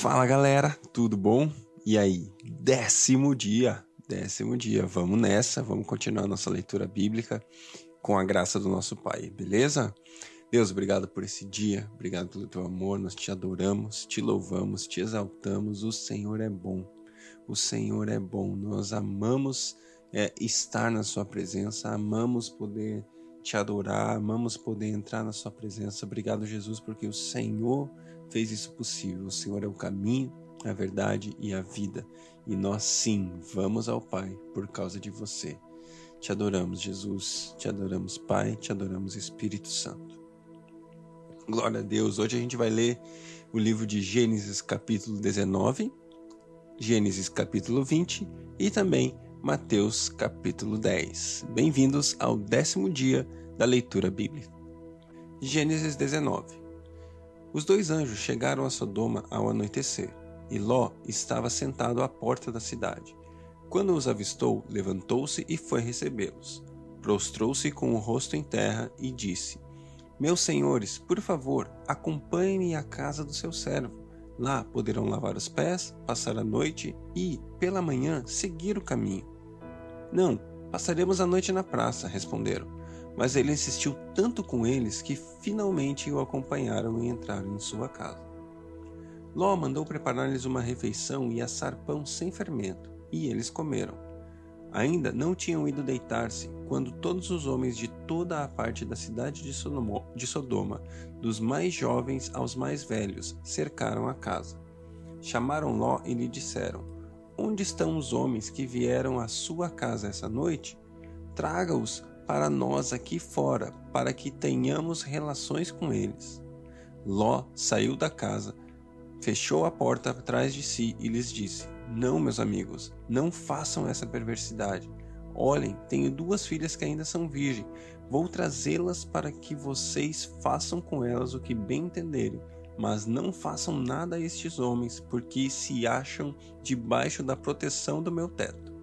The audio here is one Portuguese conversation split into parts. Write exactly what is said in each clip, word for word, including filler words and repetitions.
Fala galera, tudo bom? E aí, décimo dia, décimo dia, vamos nessa, vamos continuar nossa leitura bíblica com a graça do nosso Pai, beleza? Deus, obrigado por esse dia, obrigado pelo teu amor, nós te adoramos, te louvamos, te exaltamos, o Senhor é bom, o Senhor é bom, nós amamos é, estar na sua presença, amamos poder te adorar, amamos poder entrar na sua presença. Obrigado, Jesus, porque o Senhor fez isso possível. O Senhor é o caminho, a verdade e a vida. E nós sim vamos ao Pai por causa de você. Te adoramos, Jesus. Te adoramos, Pai. Te adoramos, Espírito Santo. Glória a Deus. Hoje a gente vai ler o livro de Gênesis capítulo dezenove, Gênesis capítulo vinte e também Mateus capítulo dez. Bem-vindos ao décimo dia da leitura bíblica. Gênesis dezenove. Os dois anjos chegaram a Sodoma ao anoitecer, e Ló estava sentado à porta da cidade. Quando os avistou, levantou-se e foi recebê-los. Prostrou-se com o rosto em terra e disse: Meus senhores, por favor, acompanhem-me à casa do seu servo. Lá poderão lavar os pés, passar a noite e, pela manhã, seguir o caminho. Não, passaremos a noite na praça, responderam. Mas ele insistiu tanto com eles que finalmente o acompanharam e entraram em sua casa. Ló mandou preparar-lhes uma refeição e assar pão sem fermento, e eles comeram. Ainda não tinham ido deitar-se, quando todos os homens de toda a parte da cidade de Sodoma, dos mais jovens aos mais velhos, cercaram a casa. Chamaram Ló e lhe disseram: Onde estão os homens que vieram à sua casa essa noite? Traga-os para nós aqui fora, para que tenhamos relações com eles. Ló saiu da casa, fechou a porta atrás de si e lhes disse: Não, meus amigos, não façam essa perversidade. Olhem, tenho duas filhas que ainda são virgens. Vou trazê-las para que vocês façam com elas o que bem entenderem. Mas não façam nada a estes homens, porque se acham debaixo da proteção do meu teto.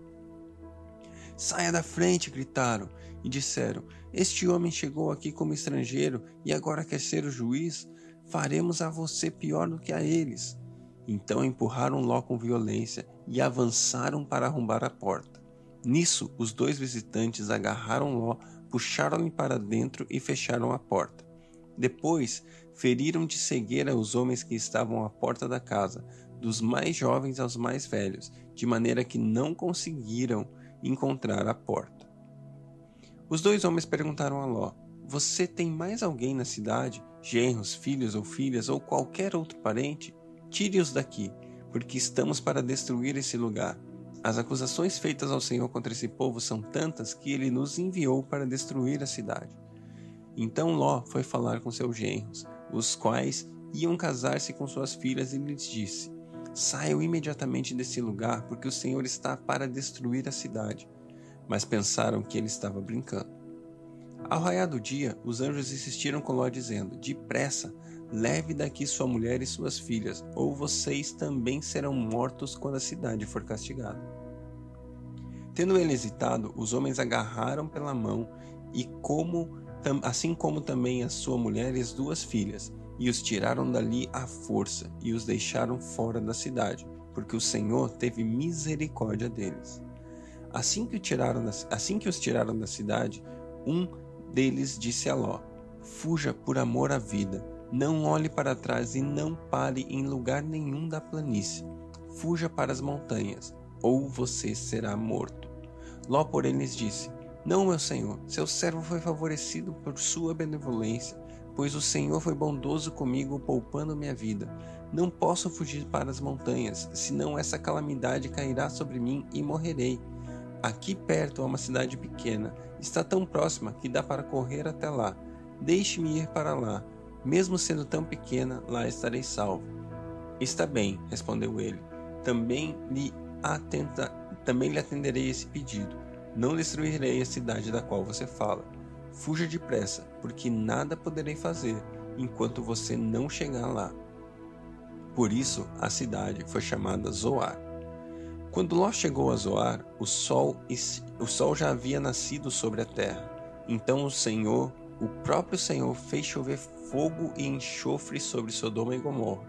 Saia da frente, gritaram, e disseram: Este homem chegou aqui como estrangeiro e agora quer ser o juiz? Faremos a você pior do que a eles. Então empurraram Ló com violência e avançaram para arrombar a porta. Nisso, os dois visitantes agarraram Ló, puxaram-lhe para dentro e fecharam a porta. Depois, feriram de cegueira os homens que estavam à porta da casa, dos mais jovens aos mais velhos, de maneira que não conseguiram encontrar a porta. Os dois homens perguntaram a Ló: Você tem mais alguém na cidade, genros, filhos ou filhas, ou qualquer outro parente? Tire-os daqui, porque estamos para destruir esse lugar. As acusações feitas ao Senhor contra esse povo são tantas que ele nos enviou para destruir a cidade. Então Ló foi falar com seus genros, os quais iam casar-se com suas filhas, e lhes disse: Saiam imediatamente desse lugar, porque o Senhor está para destruir a cidade. Mas pensaram que ele estava brincando. Ao raiar do dia, os anjos insistiram com Ló, dizendo: Depressa, leve daqui sua mulher e suas filhas, ou vocês também serão mortos quando a cidade for castigada. Tendo ele hesitado, os homens agarraram pela mão, e como assim como também a sua mulher e as duas filhas, e os tiraram dali à força, e os deixaram fora da cidade, porque o Senhor teve misericórdia deles. Assim que, o tiraram da, assim que os tiraram da cidade, um deles disse a Ló: Fuja por amor à vida, não olhe para trás e não pare em lugar nenhum da planície. Fuja para as montanhas, ou você será morto. Ló, porém, lhes disse: Não, meu senhor, seu servo foi favorecido por sua benevolência, pois o Senhor foi bondoso comigo, poupando minha vida. Não posso fugir para as montanhas, senão essa calamidade cairá sobre mim e morrerei. Aqui perto há uma cidade pequena, está tão próxima que dá para correr até lá. Deixe-me ir para lá, mesmo sendo tão pequena, lá estarei salvo. Está bem, respondeu ele, também lhe, atenta, também lhe atenderei esse pedido. Não destruirei a cidade da qual você fala. Fuja depressa, porque nada poderei fazer enquanto você não chegar lá. Por isso, a cidade foi chamada Zoar. Quando Ló chegou a Zoar, o sol, o sol já havia nascido sobre a terra. Então o Senhor, o próprio Senhor, fez chover fogo e enxofre sobre Sodoma e Gomorra.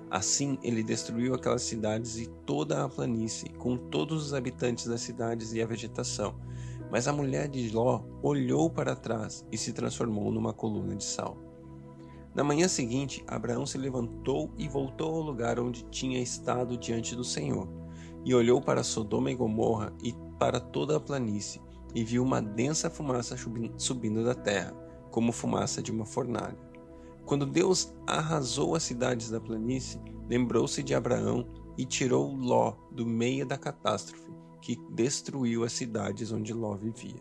Assim ele destruiu aquelas cidades e toda a planície, com todos os habitantes das cidades e a vegetação. Mas a mulher de Ló olhou para trás e se transformou numa coluna de sal. Na manhã seguinte, Abraão se levantou e voltou ao lugar onde tinha estado diante do Senhor, e olhou para Sodoma e Gomorra e para toda a planície, e viu uma densa fumaça subindo da terra, como fumaça de uma fornalha. Quando Deus arrasou as cidades da planície, lembrou-se de Abraão e tirou Ló do meio da catástrofe, que destruiu as cidades onde Ló vivia.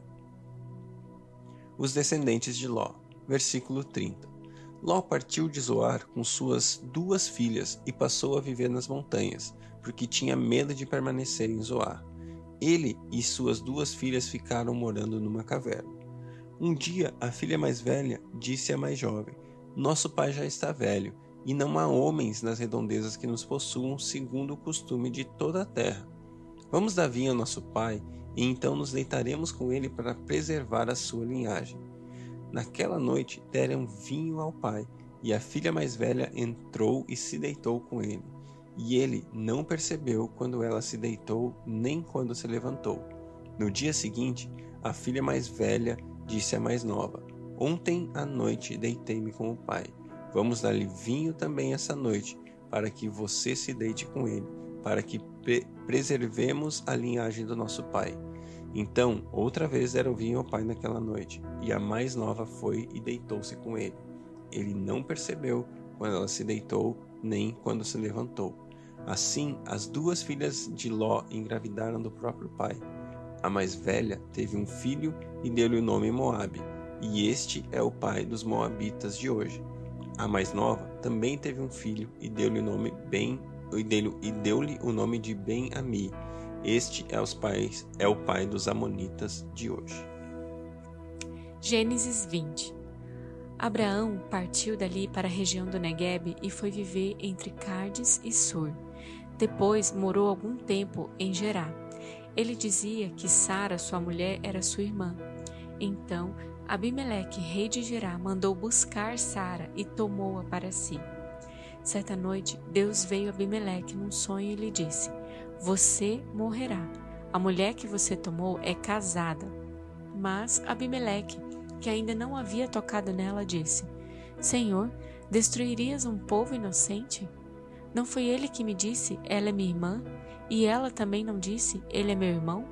Os descendentes de Ló. Versículo trinta. Ló partiu de Zoar com suas duas filhas e passou a viver nas montanhas, porque tinha medo de permanecer em Zoar. Ele e suas duas filhas ficaram morando numa caverna. Um dia, a filha mais velha disse à mais jovem: "Nosso pai já está velho, e não há homens nas redondezas que nos possuam segundo o costume de toda a terra. Vamos dar vinho ao nosso pai, e então nos deitaremos com ele para preservar a sua linhagem." Naquela noite deram vinho ao pai, e a filha mais velha entrou e se deitou com ele. E ele não percebeu quando ela se deitou, nem quando se levantou. No dia seguinte, a filha mais velha disse à mais nova: "Ontem à noite deitei-me com o pai. Vamos dar-lhe vinho também essa noite, para que você se deite com ele, para que pre- preservemos a linhagem do nosso pai." Então, outra vez deram vinho ao pai naquela noite, e a mais nova foi e deitou-se com ele. Ele não percebeu quando ela se deitou, nem quando se levantou. Assim, as duas filhas de Ló engravidaram do próprio pai. A mais velha teve um filho e deu-lhe o nome Moabe, e este é o pai dos moabitas de hoje. A mais nova também teve um filho e deu-lhe o nome Ben, e deu-lhe o nome de Ben-Ami. Este é, os pais, é o pai dos amonitas de hoje. Gênesis vinte. Abraão partiu dali para a região do Neguebe e foi viver entre Cádiz e Sur. Depois morou algum tempo em Gerá. Ele dizia que Sara, sua mulher, era sua irmã. Então Abimeleque, rei de Gerá, mandou buscar Sara e tomou-a para si. Certa noite, Deus veio a Abimeleque num sonho e lhe disse: "Você morrerá. A mulher que você tomou é casada." Mas Abimeleque, que ainda não havia tocado nela, disse: "Senhor, destruirias um povo inocente? Não foi ele que me disse: ela é minha irmã? E ela também não disse: ele é meu irmão?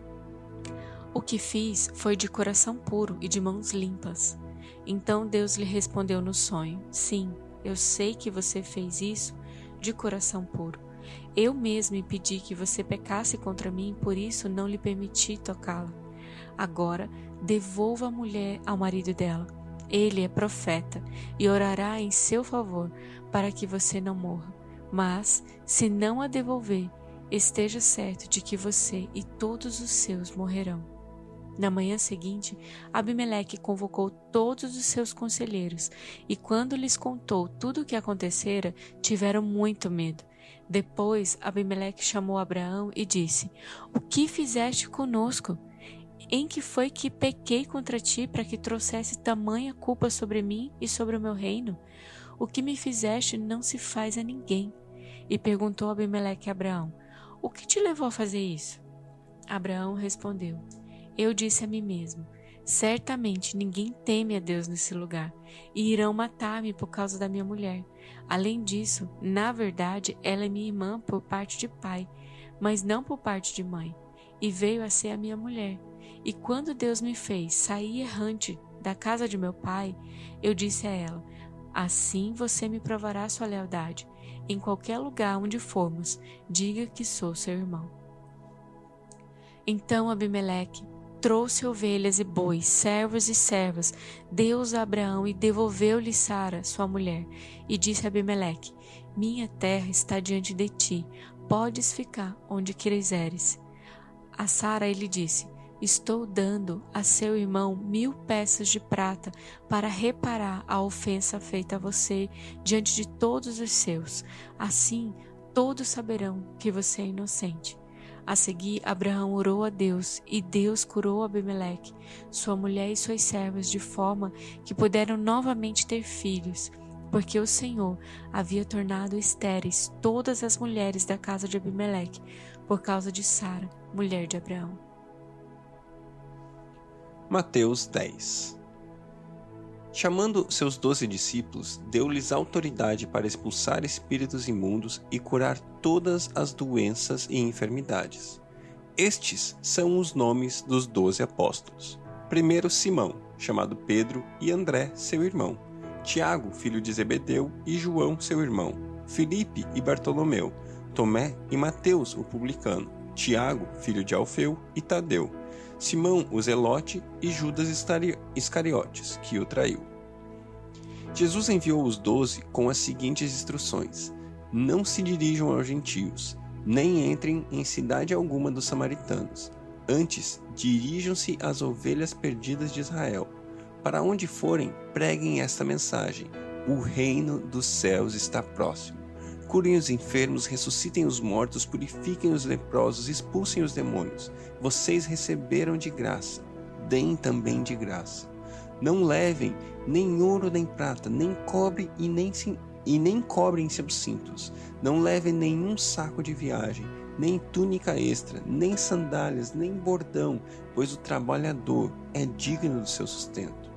O que fiz foi de coração puro e de mãos limpas." Então Deus lhe respondeu no sonho: "Sim, eu sei que você fez isso de coração puro. Eu mesmo impedi que você pecasse contra mim, por isso não lhe permiti tocá-la. Agora devolva a mulher ao marido dela. Ele é profeta e orará em seu favor para que você não morra. Mas, se não a devolver, esteja certo de que você e todos os seus morrerão." Na manhã seguinte, Abimeleque convocou todos os seus conselheiros, e quando lhes contou tudo o que acontecera, tiveram muito medo. Depois, Abimeleque chamou Abraão e disse: "O que fizeste conosco? Em que foi que pequei contra ti para que trouxesse tamanha culpa sobre mim e sobre o meu reino? O que me fizeste não se faz a ninguém." E perguntou Abimeleque a Abraão: "O que te levou a fazer isso?" Abraão respondeu: "Eu disse a mim mesmo: certamente ninguém teme a Deus nesse lugar, e irão matar-me por causa da minha mulher. Além disso, na verdade, ela é minha irmã por parte de pai, mas não por parte de mãe, e veio a ser a minha mulher. E quando Deus me fez sair errante da casa de meu pai, eu disse a ela: assim você me provará sua lealdade. Em qualquer lugar onde formos, diga que sou seu irmão." Então Abimeleque trouxe ovelhas e bois, servos e servas, deu-os a Abraão e devolveu-lhe Sara, sua mulher. E disse a Abimeleque: "Minha terra está diante de ti, podes ficar onde quiseres." A Sara ele disse: "Estou dando a seu irmão mil peças de prata para reparar a ofensa feita a você diante de todos os seus. Assim, todos saberão que você é inocente." A seguir, Abraão orou a Deus, e Deus curou Abimeleque, sua mulher e suas servas, de forma que puderam novamente ter filhos. porque o Senhor havia tornado estéreis todas as mulheres da casa de Abimeleque, por causa de Sara, mulher de Abraão. Mateus dez. Chamando seus doze discípulos, deu-lhes autoridade para expulsar espíritos imundos e curar todas as doenças e enfermidades. Estes são os nomes dos doze apóstolos. Primeiro Simão, chamado Pedro, e André, seu irmão. Tiago, filho de Zebedeu, e João, seu irmão. Filipe e Bartolomeu. Tomé e Mateus, o publicano. Tiago, filho de Alfeu, e Tadeu. Simão, o Zelote, e Judas Iscariotes, que o traiu. Jesus enviou os doze com as seguintes instruções: não se dirijam aos gentios, nem entrem em cidade alguma dos samaritanos. Antes, dirijam-se às ovelhas perdidas de Israel. Para onde forem, preguem esta mensagem: o reino dos céus está próximo. Curem os enfermos, ressuscitem os mortos, purifiquem os leprosos, expulsem os demônios. Vocês receberam de graça, deem também de graça. Não levem nem ouro nem prata, nem cobre e nem, e nem cobrem seus cintos. Não levem nenhum saco de viagem, nem túnica extra, nem sandálias, nem bordão, pois o trabalhador é digno do seu sustento.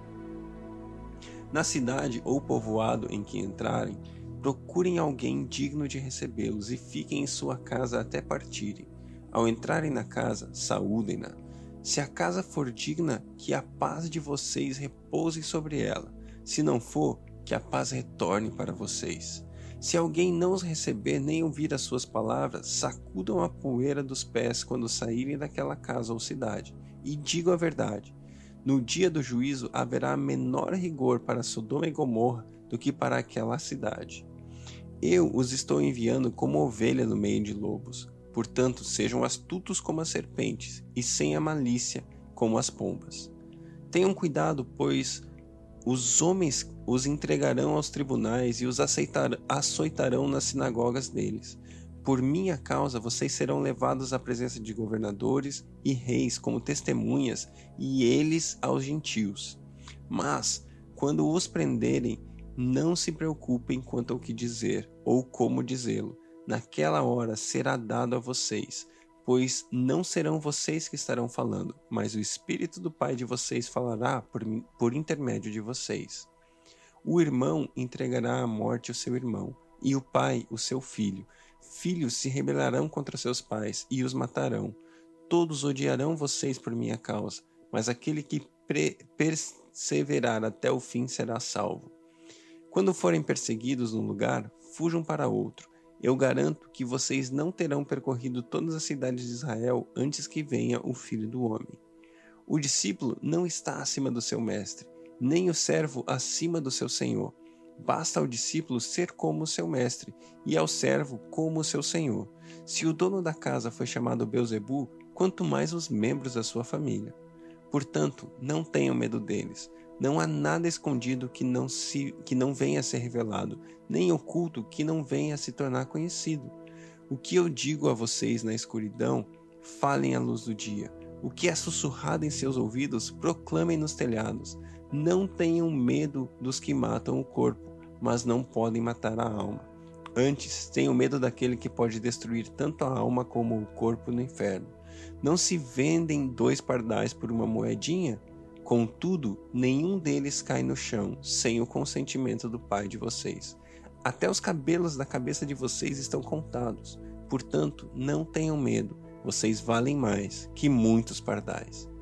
Na cidade ou povoado em que entrarem, procurem alguém digno de recebê-los e fiquem em sua casa até partirem. Ao entrarem na casa, saúdem-na. Se a casa for digna, que a paz de vocês repouse sobre ela. Se não for, que a paz retorne para vocês. Se alguém não os receber nem ouvir as suas palavras, sacudam a poeira dos pés quando saírem daquela casa ou cidade. E digam a verdade: no dia do juízo haverá menor rigor para Sodoma e Gomorra do que para aquela cidade. Eu os estou enviando como ovelha no meio de lobos. Portanto, sejam astutos como as serpentes e sem a malícia como as pombas. Tenham cuidado, pois os homens os entregarão aos tribunais e os aceitar, açoitarão nas sinagogas deles. Por minha causa, vocês serão levados à presença de governadores e reis como testemunhas, e eles aos gentios. Mas, quando os prenderem, não se preocupem quanto ao que dizer ou como dizê-lo. Naquela hora será dado a vocês, pois não serão vocês que estarão falando, mas o Espírito do Pai de vocês falará por, por intermédio de vocês. O irmão entregará à morte o seu irmão, e o pai o seu filho. Filhos se rebelarão contra seus pais e os matarão. Todos odiarão vocês por minha causa, mas aquele que perseverar até o fim será salvo. Quando forem perseguidos num lugar, fujam para outro. Eu garanto que vocês não terão percorrido todas as cidades de Israel antes que venha o Filho do Homem. O discípulo não está acima do seu mestre, nem o servo acima do seu senhor. Basta ao discípulo ser como o seu mestre, e ao servo como o seu senhor. Se o dono da casa foi chamado Beelzebu, quanto mais os membros da sua família. Portanto, não tenham medo deles. Não há nada escondido que não, se, que não venha a ser revelado, nem oculto que não venha a se tornar conhecido. O que eu digo a vocês na escuridão, falem à luz do dia. O que é sussurrado em seus ouvidos, proclamem nos telhados. Não tenham medo dos que matam o corpo, mas não podem matar a alma. Antes, tenham medo daquele que pode destruir tanto a alma como o corpo no inferno. Não se vendem dois pardais por uma moedinha? Contudo, nenhum deles cai no chão sem o consentimento do Pai de vocês. Até os cabelos da cabeça de vocês estão contados. Portanto, não tenham medo, vocês valem mais que muitos pardais.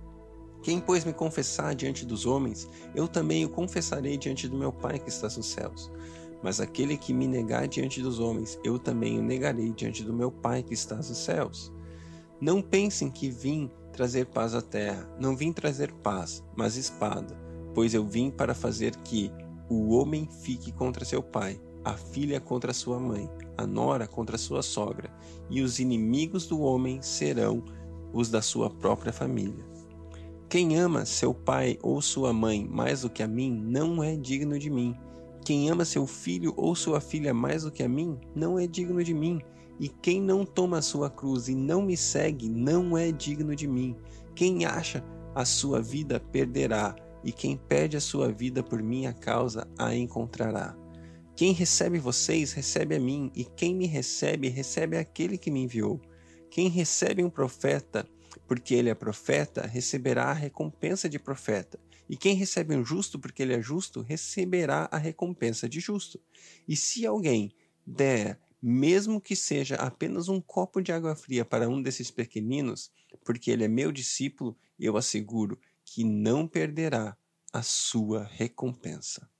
Quem, pois, me confessar diante dos homens, eu também o confessarei diante do meu Pai que está nos céus. Mas aquele que me negar diante dos homens, eu também o negarei diante do meu Pai que está nos céus. Não pensem que vim trazer paz à terra. Não vim trazer paz, mas espada, pois eu vim para fazer que o homem fique contra seu pai, a filha contra sua mãe, a nora contra sua sogra, e os inimigos do homem serão os da sua própria família. Quem ama seu pai ou sua mãe mais do que a mim, não é digno de mim. Quem ama seu filho ou sua filha mais do que a mim, não é digno de mim. E quem não toma a sua cruz e não me segue, não é digno de mim. Quem acha a sua vida, perderá, e quem perde a sua vida por minha causa, a encontrará. Quem recebe vocês, recebe a mim, e quem me recebe, recebe aquele que me enviou. Quem recebe um profeta, porque ele é profeta, receberá a recompensa de profeta. E quem recebe um justo, porque ele é justo, receberá a recompensa de justo. E se alguém der, mesmo que seja apenas um copo de água fria para um desses pequeninos, porque ele é meu discípulo, eu asseguro que não perderá a sua recompensa.